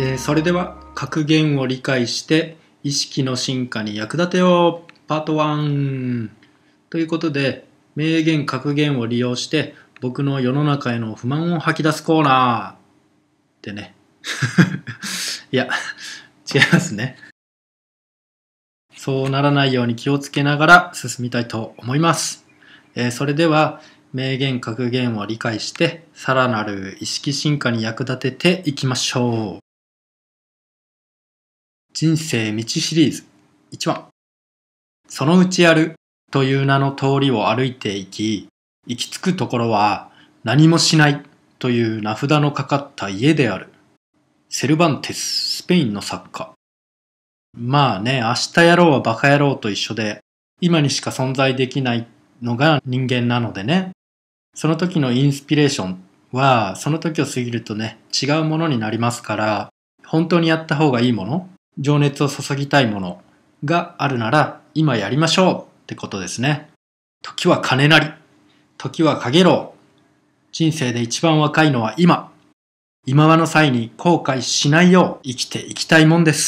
それでは格言を理解して意識の進化に役立てようパート1ということで、名言格言を利用して僕の世の中への不満を吐き出すコーナーってねいや違いますね。そうならないように気をつけながら進みたいと思います。それでは名言格言を理解してさらなる意識進化に役立てていきましょう。人生道シリーズ1番、そのうちやるという名の通りを歩いていき、行き着くところは何もしないという名札のかかった家である。セルバンテス、スペインの作家。まあね、明日やろうはバカ野郎と一緒で、今にしか存在できないのが人間なのでね、その時のインスピレーションはその時を過ぎるとね、違うものになりますから、本当にやった方がいいもの、情熱を注ぎたいものがあるなら今やりましょうってことですね。時は金なり、時はかげろう。人生で一番若いのは今。今はの際に後悔しないよう生きていきたいもんです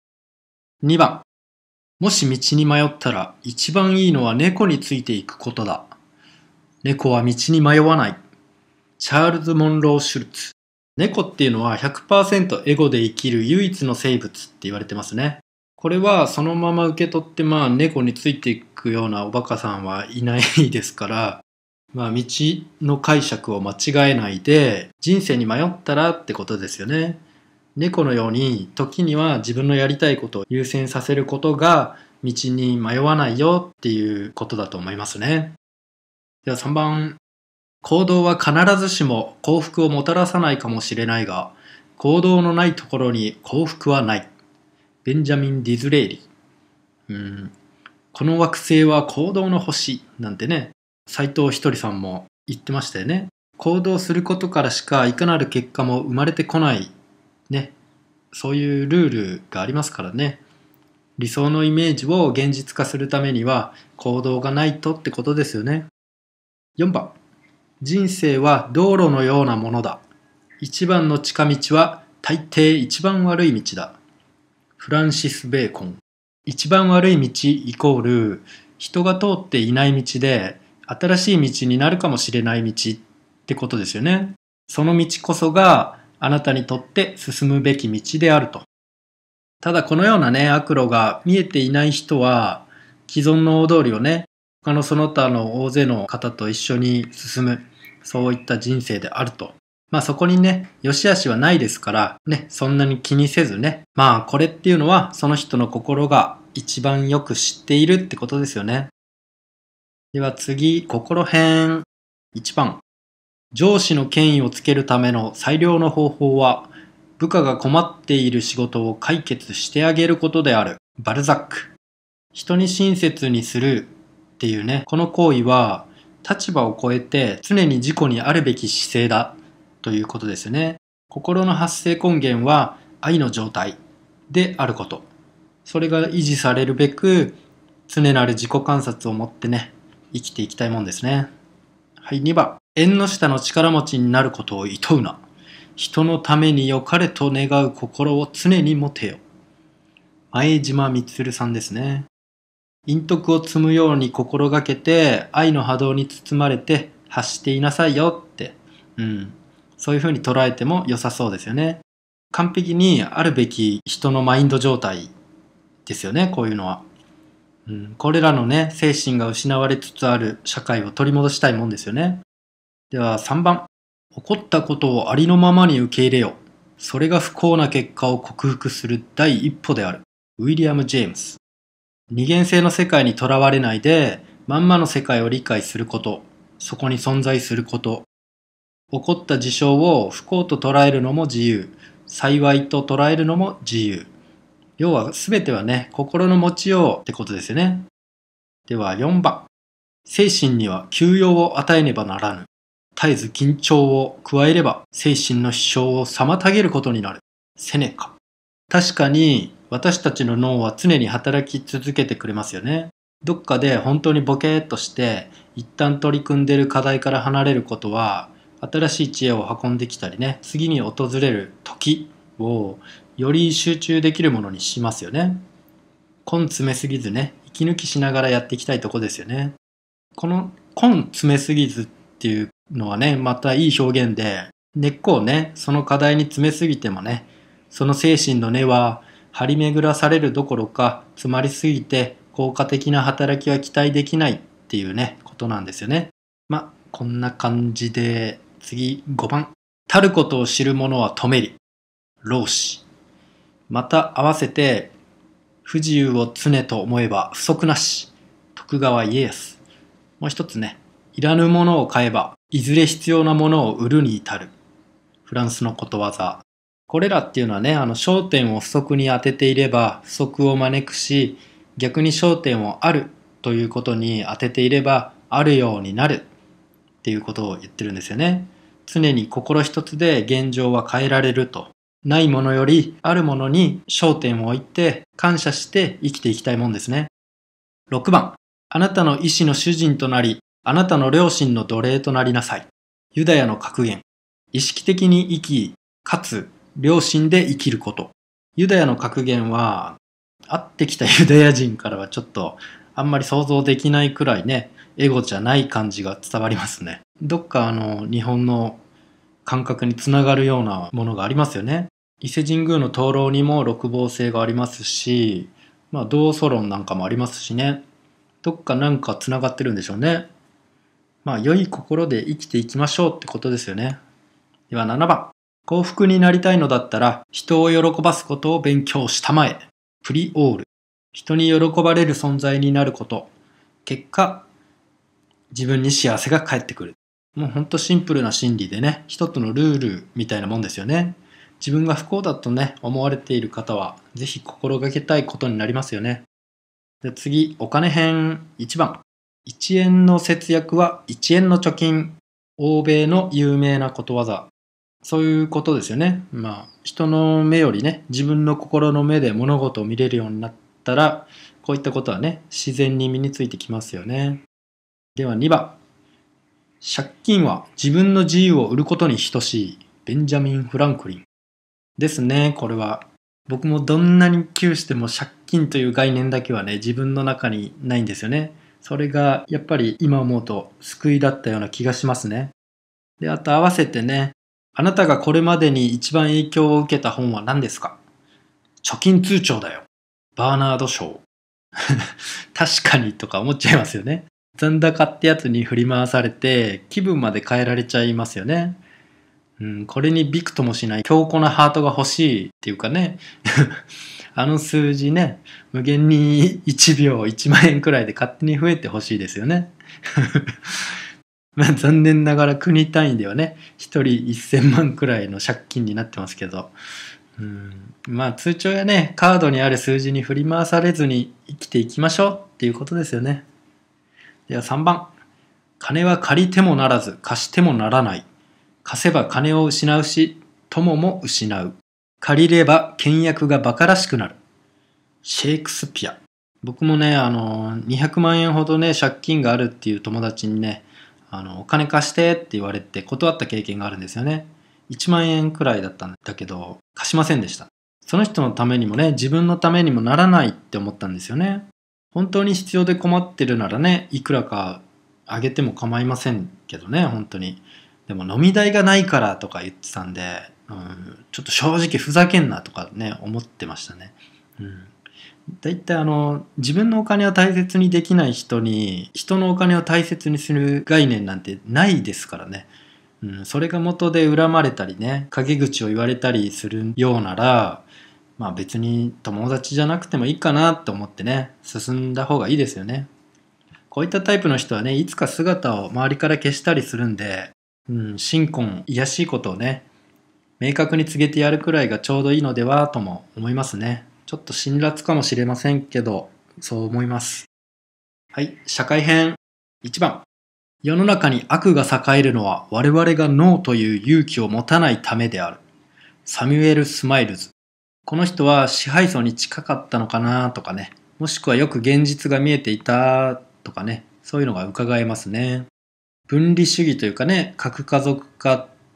。2番、もし道に迷ったら一番いいのは猫についていくことだ。猫は道に迷わない。チャールズ・モンロー・シュルツ。猫っていうのは 100% エゴで生きる唯一の生物って言われてますね。これはそのまま受け取って猫についていくようなおバカさんはいないですから、道の解釈を間違えないで人生に迷ったらってことですよね。猫のように時には自分のやりたいことを優先させることが道に迷わないよっていうことだと思いますね。では3番、行動は必ずしも幸福をもたらさないかもしれないが、行動のないところに幸福はない。ベンジャミン・ディズレイリ。この惑星は行動の星なんてね、斉藤ひとりさんも言ってましたよね。行動することからしかいかなる結果も生まれてこないね。そういうルールがありますからね。理想のイメージを現実化するためには行動がないとってことですよね。4番、人生は道路のようなものだ。一番の近道は大抵一番悪い道だ。フランシス・ベーコン。一番悪い道イコール人が通っていない道で新しい道になるかもしれない道ってことですよね。その道こそがあなたにとって進むべき道であると。ただこのようなね、悪路が見えていない人は既存の大通りをね、他のその他の大勢の方と一緒に進む、そういった人生であると。そこにね、良し悪しはないですからね、そんなに気にせずね、これっていうのはその人の心が一番よく知っているってことですよね。では次、心編。1番、上司の権威をつけるための最良の方法は部下が困っている仕事を解決してあげることである。バルザック。人に親切にするっていうね、この行為は立場を超えて常に自己にあるべき姿勢だということですよね。心の発生根源は愛の状態であること。それが維持されるべく常なる自己観察を持ってね、生きていきたいもんですね。はい、2番。縁の下の力持ちになることを厭うな。人のために良かれと願う心を常に持てよ。前島充さんですね。陰徳を積むように心がけて愛の波動に包まれて発していなさいよって、そういうふうに捉えても良さそうですよね。完璧にあるべき人のマインド状態ですよね、こういうのは。これらのね、精神が失われつつある社会を取り戻したいもんですよね。では3番、起こったことをありのままに受け入れよ。それが不幸な結果を克服する第一歩である。ウィリアム・ジェームス。二元性の世界にとらわれないで、まんまの世界を理解すること、そこに存在すること、起こった事象を不幸と捉えるのも自由、幸いと捉えるのも自由。要は全てはね、心の持ちようってことですよね。では4番、精神には休養を与えねばならぬ。絶えず緊張を加えれば精神の支障を妨げることになる。セネカ。確かに私たちの脳は常に働き続けてくれますよね。どっかで本当にボケーっとして一旦取り組んでる課題から離れることは新しい知恵を運んできたりね、次に訪れる時をより集中できるものにしますよね。根詰めすぎずね、息抜きしながらやっていきたいとこですよね。この根詰めすぎずっていうのはね、またいい表現で、根っこをね、その課題に詰めすぎてもね、その精神の根は張り巡らされるどころか、詰まりすぎて効果的な働きは期待できないっていうね、ことなんですよね。こんな感じで、次5番。たることを知る者は止めり。老子。また合わせて、不自由を常と思えば不足なし。徳川家康。もう一つね、いらぬものを買えば、いずれ必要なものを売るに至る。フランスのことわざ。これらっていうのはね、焦点を不足に当てていれば不足を招くし、逆に焦点をあるということに当てていればあるようになるっていうことを言ってるんですよね。常に心一つで現状は変えられると。ないものよりあるものに焦点を置いて感謝して生きていきたいもんですね。6番。あなたの意志の主人となり、あなたの良心の奴隷となりなさい。ユダヤの格言。意識的に生き、かつ良心で生きること。ユダヤの格言は、会ってきたユダヤ人からはちょっとあんまり想像できないくらいね、エゴじゃない感じが伝わりますね。どっか日本の感覚につながるようなものがありますよね。伊勢神宮の灯籠にも六芒星がありますし、同祖論なんかもありますしね。どっかなんかつながってるんでしょうね。良い心で生きていきましょうってことですよね。では7番。幸福になりたいのだったら、人を喜ばすことを勉強したまえ。プリオール。人に喜ばれる存在になること。結果、自分に幸せが返ってくる。もうほんとシンプルな心理でね、一つのルールみたいなもんですよね。自分が不幸だとね、思われている方は、ぜひ心がけたいことになりますよね。で次、お金編1番。1円の節約は1円の貯金。欧米の有名なことわざ。そういうことですよね。人の目よりね、自分の心の目で物事を見れるようになったら、こういったことはね、自然に身についてきますよね。では2番。借金は自分の自由を売ることに等しい。ベンジャミン・フランクリン。ですね、これは。僕もどんなに窮しても借金という概念だけはね、自分の中にないんですよね。それがやっぱり今思うと救いだったような気がしますね。で、あと合わせてね、あなたがこれまでに一番影響を受けた本は何ですか？貯金通帳だよ。バーナード・ショー。確かにとか思っちゃいますよね。残高ってやつに振り回されて気分まで変えられちゃいますよね。これにびくともしない強固なハートが欲しいっていうかね。あの数字ね、無限に1秒1万円くらいで勝手に増えてほしいですよね。残念ながら国単位ではね、1人1000万くらいの借金になってますけど、通帳やね、カードにある数字に振り回されずに生きていきましょうっていうことですよね。では3番。金は借りてもならず、貸してもならない。貸せば金を失うし、友も失う。借りれば倹約が馬鹿らしくなる。シェイクスピア。僕もね、200万円ほどね、借金があるっていう友達にね、お金貸してって言われて断った経験があるんですよね。1万円くらいだったんだけど、貸しませんでした。その人のためにもね、自分のためにもならないって思ったんですよね。本当に必要で困ってるならね、いくらかあげても構いませんけどね、本当に。でも飲み代がないからとか言ってたんで、ちょっと正直ふざけんなとかね、思ってましたね。だいたい自分のお金を大切にできない人に人のお金を大切にする概念なんてないですからね。それが元で恨まれたりね、陰口を言われたりするようなら、別に友達じゃなくてもいいかなと思ってね、進んだ方がいいですよね。こういったタイプの人はね、いつか姿を周りから消したりするんで、新婚卑しいことをね、明確に告げてやるくらいがちょうどいいのではとも思いますね。ちょっと辛辣かもしれませんけど、そう思います。はい、社会編1番。世の中に悪が栄えるのは我々がノーという勇気を持たないためである。サミュエル・スマイルズ。この人は支配層に近かったのかなとかね、もしくはよく現実が見えていたとかね、そういうのが伺えますね。分離主義というかね、核家族化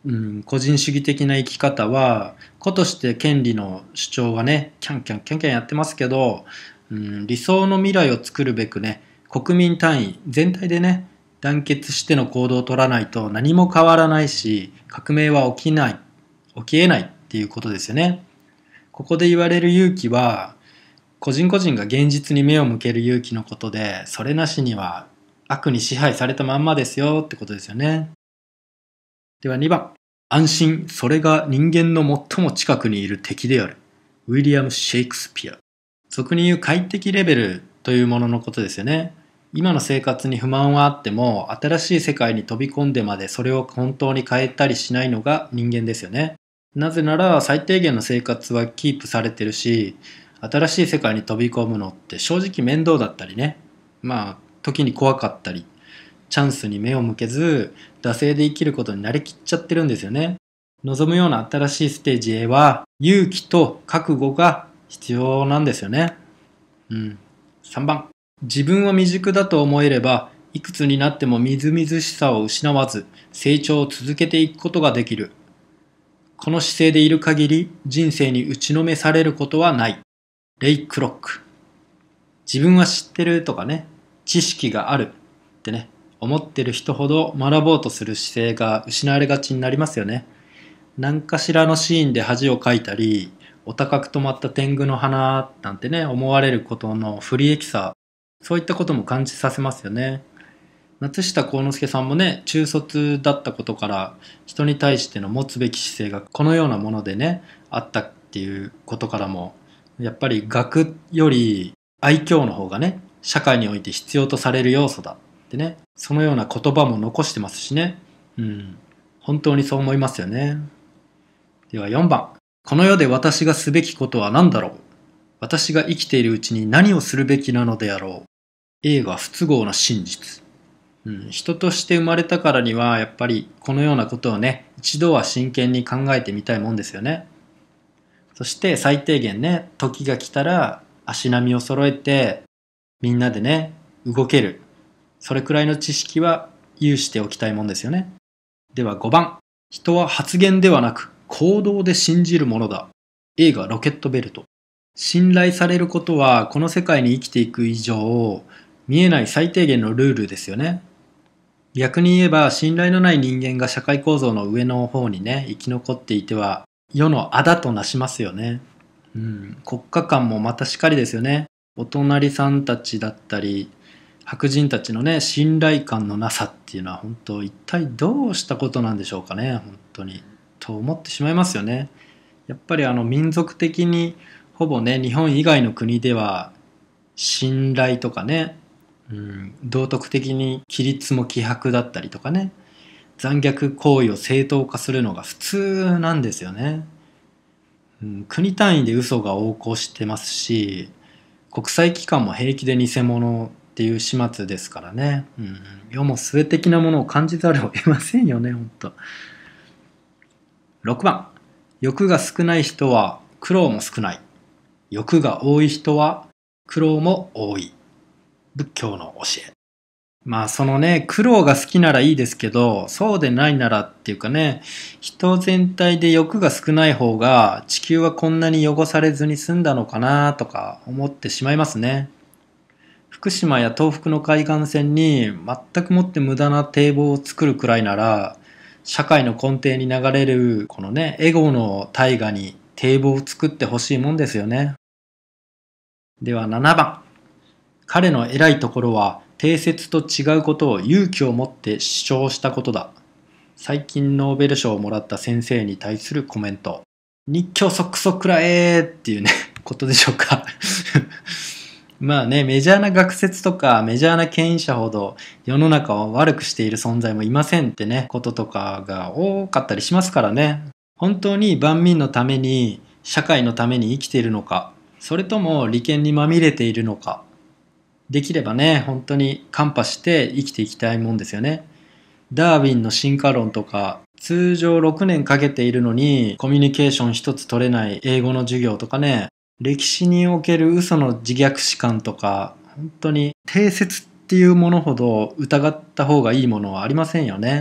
個人主義的な生き方は、個として権利の主張はね、キャンキャンキャンキャンやってますけど、理想の未来を作るべくね、国民単位全体でね、団結しての行動を取らないと何も変わらないし、革命は起きえないっていうことですよね。ここで言われる勇気は、個人個人が現実に目を向ける勇気のことで、それなしには悪に支配されたまんまですよってことですよね。では2番。安心、それが人間の最も近くにいる敵である。ウィリアム・シェイクスピア。俗に言う快適レベルというもののことですよね。今の生活に不満はあっても、新しい世界に飛び込んでまでそれを本当に変えたりしないのが人間ですよね。なぜなら最低限の生活はキープされてるし、新しい世界に飛び込むのって正直面倒だったりね。時に怖かったり、チャンスに目を向けず、惰性で生きることに慣れきっちゃってるんですよね。望むような新しいステージへは、勇気と覚悟が必要なんですよね。3番。自分は未熟だと思えれば、いくつになってもみずみずしさを失わず、成長を続けていくことができる。この姿勢でいる限り、人生に打ちのめされることはない。レイ・クロック。自分は知ってるとかね、知識があるってね、思ってる人ほど学ぼうとする姿勢が失われがちになりますよね。何かしらのシーンで恥をかいたり、お高く止まった天狗の花なんてね、思われることの不利益さ、そういったことも感じさせますよね。松下幸之助さんもね、中卒だったことから人に対しての持つべき姿勢がこのようなものでね、あったっていうことからも、やっぱり学より愛嬌の方がね、社会において必要とされる要素だってね、そのような言葉も残してますしね。本当にそう思いますよね。では4番。この世で私がすべきことは何だろう。私が生きているうちに何をするべきなのであろう。映画不都合な真実。人として生まれたからにはやっぱりこのようなことをね、一度は真剣に考えてみたいもんですよね。そして最低限ね、時が来たら足並みを揃えてみんなでね、動ける。それくらいの知識は有しておきたいもんですよね。では5番。人は発言ではなく行動で信じるものだ。映画ロケットベルト。信頼されることはこの世界に生きていく以上見えない最低限のルールですよね。逆に言えば信頼のない人間が社会構造の上の方にね、生き残っていては世の仇となしますよね。国家間もまたしかりですよね。お隣さんたちだったり白人たちのね、信頼感のなさっていうのは本当一体どうしたことなんでしょうかね、本当にと思ってしまいますよね。やっぱり民族的にほぼね、日本以外の国では信頼とかね、道徳的に規律も希薄だったりとかね、残虐行為を正当化するのが普通なんですよね。国単位で嘘が横行してますし、国際機関も平気で偽物っていう始末ですからね。世も末的なものを感じざるを得ませんよね、本当。6番。欲が少ない人は苦労も少ない。欲が多い人は苦労も多い。仏教の教え。そのね、苦労が好きならいいですけど、そうでないならっていうかね、人全体で欲が少ない方が地球はこんなに汚されずに済んだのかなとか思ってしまいますね。福島や東北の海岸線に全くもって無駄な堤防を作るくらいなら、社会の根底に流れるこのね、エゴの大河に堤防を作ってほしいもんですよね。では7番。彼の偉いところは定説と違うことを勇気を持って主張したことだ。最近ノーベル賞をもらった先生に対するコメント。日教そくそくらえーっていうね、ことでしょうか。メジャーな学説とかメジャーな権威者ほど世の中を悪くしている存在もいませんってね、こととかが多かったりしますからね。本当に万民のために、社会のために生きているのか、それとも利権にまみれているのか、できればね、本当にカンパして生きていきたいもんですよね。ダーウィンの進化論とか、通常6年かけているのにコミュニケーション一つ取れない英語の授業とかね、歴史における嘘の自虐史観とか、本当に定説っていうものほど疑った方がいいものはありませんよね。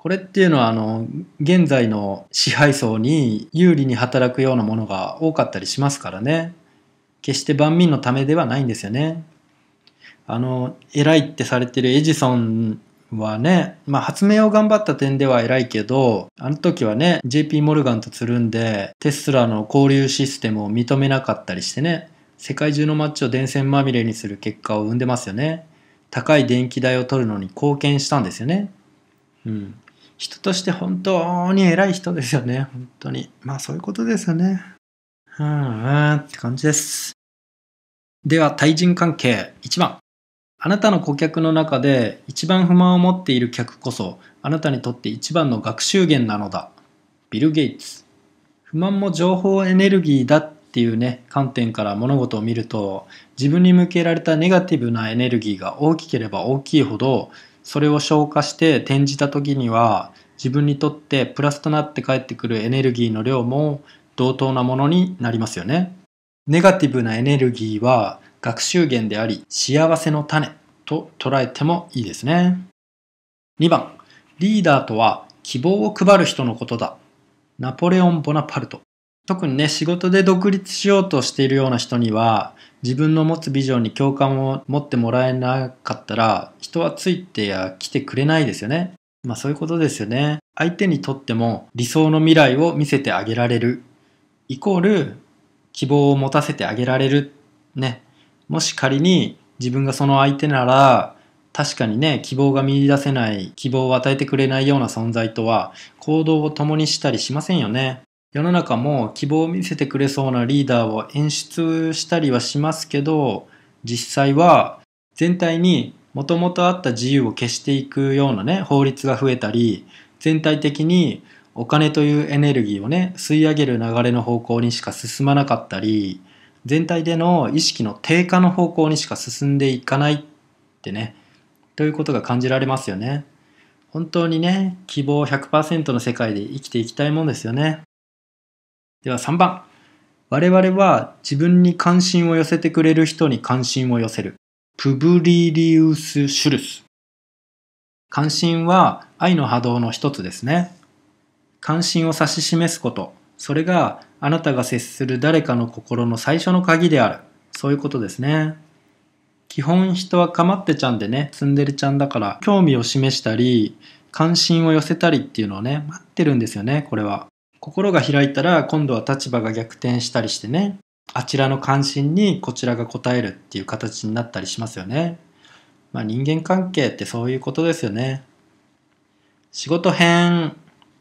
これっていうのは現在の支配層に有利に働くようなものが多かったりしますからね。決して万民のためではないんですよね。偉いってされてるエジソンはね、発明を頑張った点では偉いけど、あの時はね、JP モルガンとつるんで、テスラの交流システムを認めなかったりしてね、世界中の街を電線まみれにする結果を生んでますよね。高い電気代を取るのに貢献したんですよね。人として本当に偉い人ですよね。本当に。そういうことですよね。って感じです。では、対人関係1番。あなたの顧客の中で一番不満を持っている客こそ、あなたにとって一番の学習源なのだ。ビル・ゲイツ。不満も情報エネルギーだっていうね、観点から物事を見ると、自分に向けられたネガティブなエネルギーが大きければ大きいほど、それを消化して転じた時には、自分にとってプラスとなって返ってくるエネルギーの量も同等なものになりますよね。ネガティブなエネルギーは学習源であり幸せの種と捉えてもいいですね。2番、リーダーとは希望を配る人のことだ。ナポレオン・ボナパルト。特にね、仕事で独立しようとしているような人には、自分の持つビジョンに共感を持ってもらえなかったら、人はついてや来てくれないですよね。そういうことですよね。相手にとっても理想の未来を見せてあげられる。イコール希望を持たせてあげられる。ね。もし仮に自分がその相手なら、確かにね、希望が見出せない、希望を与えてくれないような存在とは行動を共にしたりしませんよね。世の中も希望を見せてくれそうなリーダーを演出したりはしますけど、実際は全体にもともとあった自由を消していくようなね、法律が増えたり、全体的にお金というエネルギーをね、吸い上げる流れの方向にしか進まなかったり、全体での意識の低下の方向にしか進んでいかないってね、ということが感じられますよね。本当にね、希望100% の世界で生きていきたいもんですよね。では3番。我々は自分に関心を寄せてくれる人に関心を寄せる。プブリリウス・シュルス。関心は愛の波動の一つですね。関心を指し示すこと。それがあなたが接する誰かの心の最初の鍵である。そういうことですね。基本人はかまってちゃんでね、ツンデレちゃんだから興味を示したり、関心を寄せたりっていうのをね、待ってるんですよね、これは。心が開いたら今度は立場が逆転したりしてね、あちらの関心にこちらが応えるっていう形になったりしますよね。人間関係ってそういうことですよね。仕事編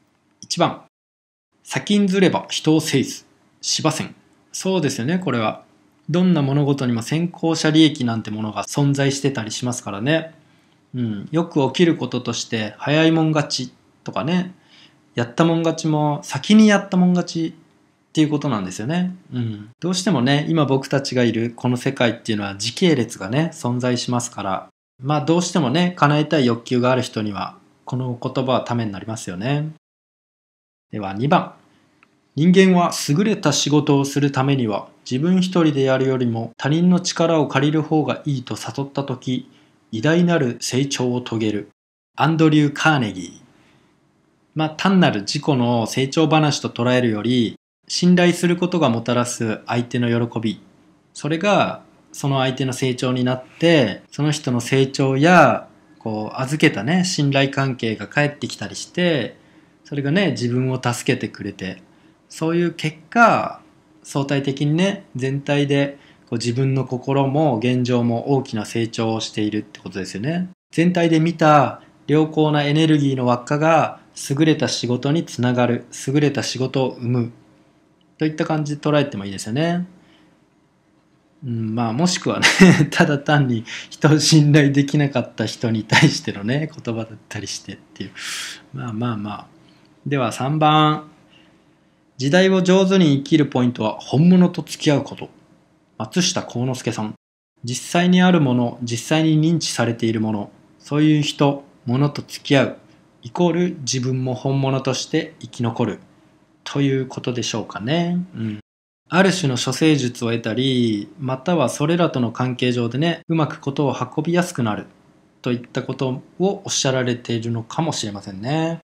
1番。先んずれば人を制す。芝線。そうですよね、これは。どんな物事にも先行者利益なんてものが存在してたりしますからね。よく起きることとして早いもん勝ちとかね、やったもん勝ちも先にやったもん勝ちっていうことなんですよね。どうしてもね、今僕たちがいるこの世界っていうのは時系列がね、存在しますから、どうしてもね、叶えたい欲求がある人にはこの言葉はためになりますよね。では2番。人間は優れた仕事をするためには自分一人でやるよりも他人の力を借りる方がいいと悟ったとき、偉大なる成長を遂げる。アンドリュー・カーネギー。単なる自己の成長話と捉えるより、信頼することがもたらす相手の喜び。それがその相手の成長になって、その人の成長や預けたね、信頼関係が返ってきたりして、それがね、自分を助けてくれて、そういう結果、相対的にね、全体で自分の心も現状も大きな成長をしているってことですよね。全体で見た良好なエネルギーの輪っかが優れた仕事につながる、優れた仕事を生むといった感じで捉えてもいいですよね。もしくはねただ単に人を信頼できなかった人に対してのね言葉だったりしてっていう。では3番。時代を上手に生きるポイントは本物と付き合うこと。松下幸之助さん。実際にあるもの、実際に認知されているもの、そういう人、物と付き合う、イコール自分も本物として生き残るということでしょうかね。ある種の処世術を得たり、またはそれらとの関係上でね、うまくことを運びやすくなるといったことをおっしゃられているのかもしれませんね。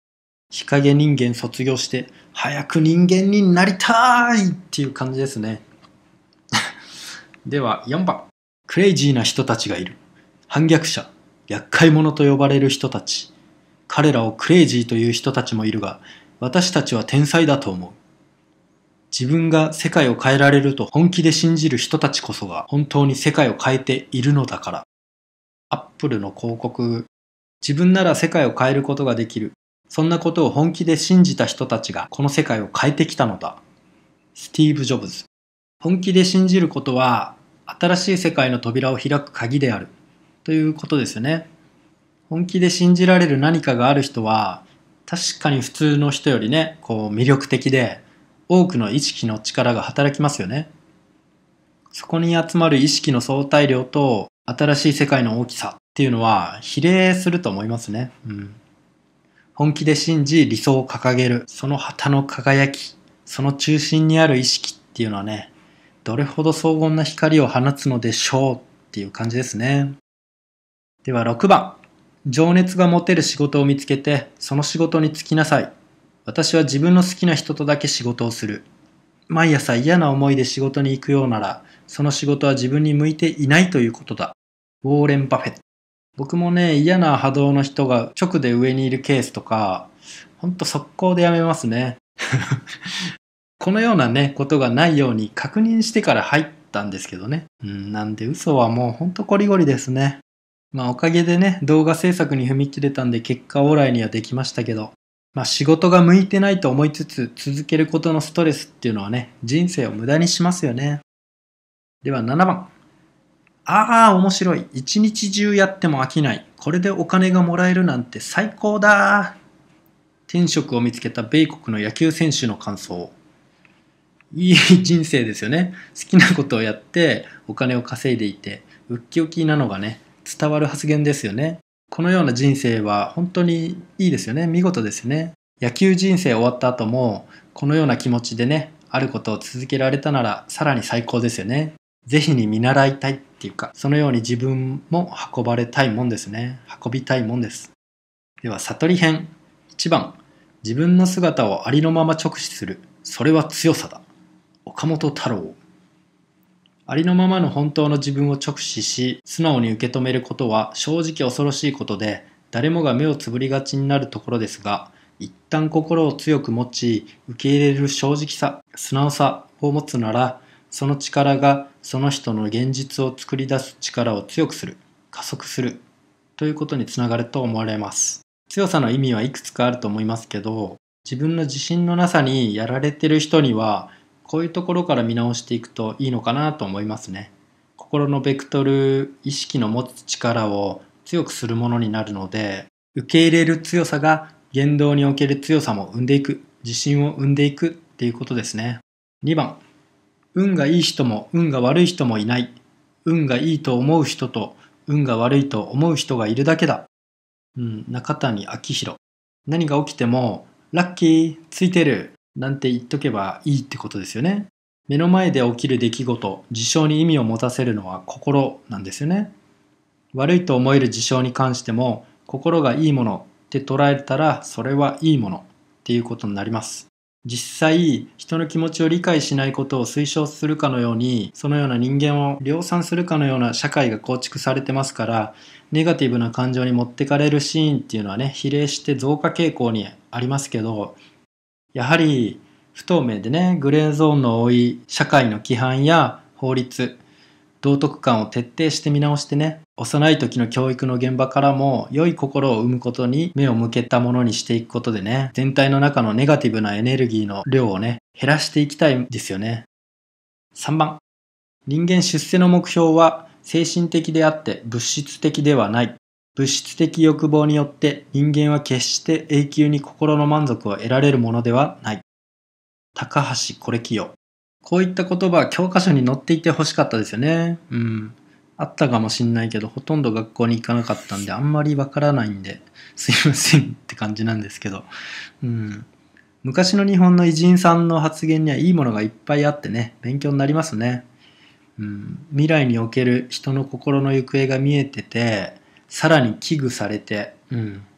日陰人間卒業して早く人間になりたいっていう感じですね。では4番。クレイジーな人たちがいる。反逆者、厄介者と呼ばれる人たち。彼らをクレイジーという人たちもいるが、私たちは天才だと思う。自分が世界を変えられると本気で信じる人たちこそが本当に世界を変えているのだから。アップルの広告。自分なら世界を変えることができる。そんなことを本気で信じた人たちがこの世界を変えてきたのだ。スティーブ・ジョブズ。本気で信じることは新しい世界の扉を開く鍵であるということですよね。本気で信じられる何かがある人は確かに普通の人よりね、魅力的で多くの意識の力が働きますよね。そこに集まる意識の相対量と新しい世界の大きさっていうのは比例すると思いますね。本気で信じ理想を掲げるその旗の輝き、その中心にある意識っていうのはね、どれほど荘厳な光を放つのでしょうっていう感じですね。では6番。情熱が持てる仕事を見つけてその仕事に就きなさい。私は自分の好きな人とだけ仕事をする。毎朝嫌な思いで仕事に行くようなら、その仕事は自分に向いていないということだ。ウォーレン・バフェット。僕もね、嫌な波動の人が直で上にいるケースとか、ほんと速攻でやめますね。このようなね、ことがないように確認してから入ったんですけどね。なんで嘘はもうほんとコリゴリですね。おかげでね、動画制作に踏み切れたんで結果オーライにはできましたけど、仕事が向いてないと思いつつ続けることのストレスっていうのはね、人生を無駄にしますよね。では7番。面白い。一日中やっても飽きない。これでお金がもらえるなんて最高だ。転職を見つけた米国の野球選手の感想。いい人生ですよね。好きなことをやってお金を稼いでいて、ウッキウキなのがね、伝わる発言ですよね。このような人生は本当にいいですよね。見事ですよね。野球人生終わった後もこのような気持ちでね、あることを続けられたならさらに最高ですよね。ぜひに見習いたいっていうか、そのように自分も運ばれたいもんですね。運びたいもんです。では悟り編。1番。自分の姿をありのまま直視する。それは強さだ。岡本太郎。ありのままの本当の自分を直視し、素直に受け止めることは正直恐ろしいことで、誰もが目をつぶりがちになるところですが、一旦心を強く持ち、受け入れる正直さ、素直さを持つなら、その力がその人の現実を作り出す力を強くする、加速するということにつながると思われます。強さの意味はいくつかあると思いますけど、自分の自信のなさにやられてる人には、こういうところから見直していくといいのかなと思いますね。心のベクトル、意識の持つ力を強くするものになるので、受け入れる強さが言動における強さも生んでいく、自信を生んでいくっていうことですね。2番、運がいい人も運が悪い人もいない。運がいいと思う人と運が悪いと思う人がいるだけだ。中谷昭弘。何が起きてもラッキーついてるなんて言っとけばいいってことですよね。目の前で起きる出来事、事象に意味を持たせるのは心なんですよね。悪いと思える事象に関しても、心がいいものって捉えたらそれはいいものっていうことになります。実際、人の気持ちを理解しないことを推奨するかのように、そのような人間を量産するかのような社会が構築されてますから、ネガティブな感情に持ってかれるシーンっていうのはね、比例して増加傾向にありますけど、やはり不透明でね、グレーゾーンの多い社会の規範や法律、道徳観を徹底して見直してね、幼い時の教育の現場からも良い心を生むことに目を向けたものにしていくことでね、全体の中のネガティブなエネルギーの量をね、減らしていきたいんですよね。3番、人間出世の目標は精神的であって物質的ではない。物質的欲望によって人間は決して永久に心の満足を得られるものではない。高橋是清。こういった言葉は教科書に載っていてほしかったですよね。あったかもしんないけど、ほとんど学校に行かなかったんで、あんまりわからないんで、すいませんって感じなんですけど。昔の日本の偉人さんの発言にはいいものがいっぱいあってね、勉強になりますね。未来における人の心の行方が見えてて、さらに危惧されて、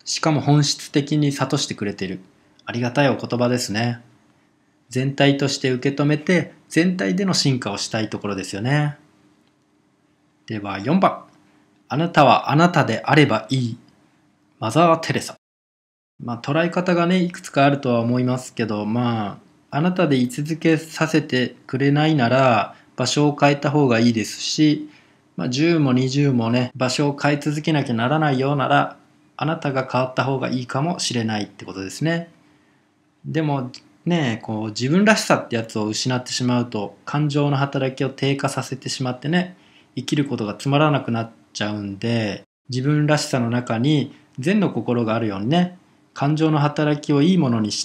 しかも本質的に諭してくれている。ありがたいお言葉ですね。全体として受け止めて、全体での進化をしたいところですよね。では4番。あなたはあなたであればいい。マザー・テレサ。捉え方がね、いくつかあるとは思いますけど、あなたで居続けさせてくれないなら、場所を変えた方がいいですし、10も20もね、場所を変え続けなきゃならないようなら、あなたが変わった方がいいかもしれないってことですね。でもね、自分らしさってやつを失ってしまうと、感情の働きを低下させてしまってね、生きることがつまらなくなっちゃうんで、自分らしさの中に善の心があるようにね、感情の働きをいいものにして、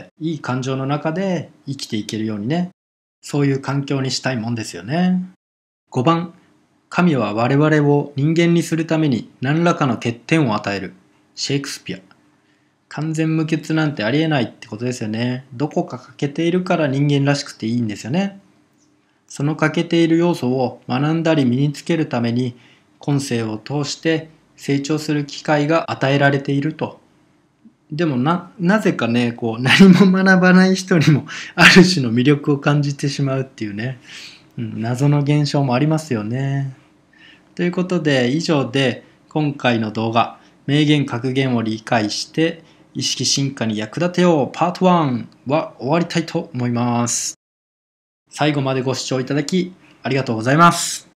いい感情の中で生きていけるようにね、そういう環境にしたいもんですよね。5番、神は我々を人間にするために何らかの欠点を与える。シェイクスピア。完全無欠なんてありえないってことですよね。どこか欠けているから人間らしくていいんですよね。その欠けている要素を学んだり身につけるために、今世を通して成長する機会が与えられていると。でもなぜかね、何も学ばない人にもある種の魅力を感じてしまうっていうね、謎の現象もありますよね。ということで、以上で今回の動画、名言格言を理解して意識進化に役立てようパート1は終わりたいと思います。最後までご視聴いただきありがとうございます。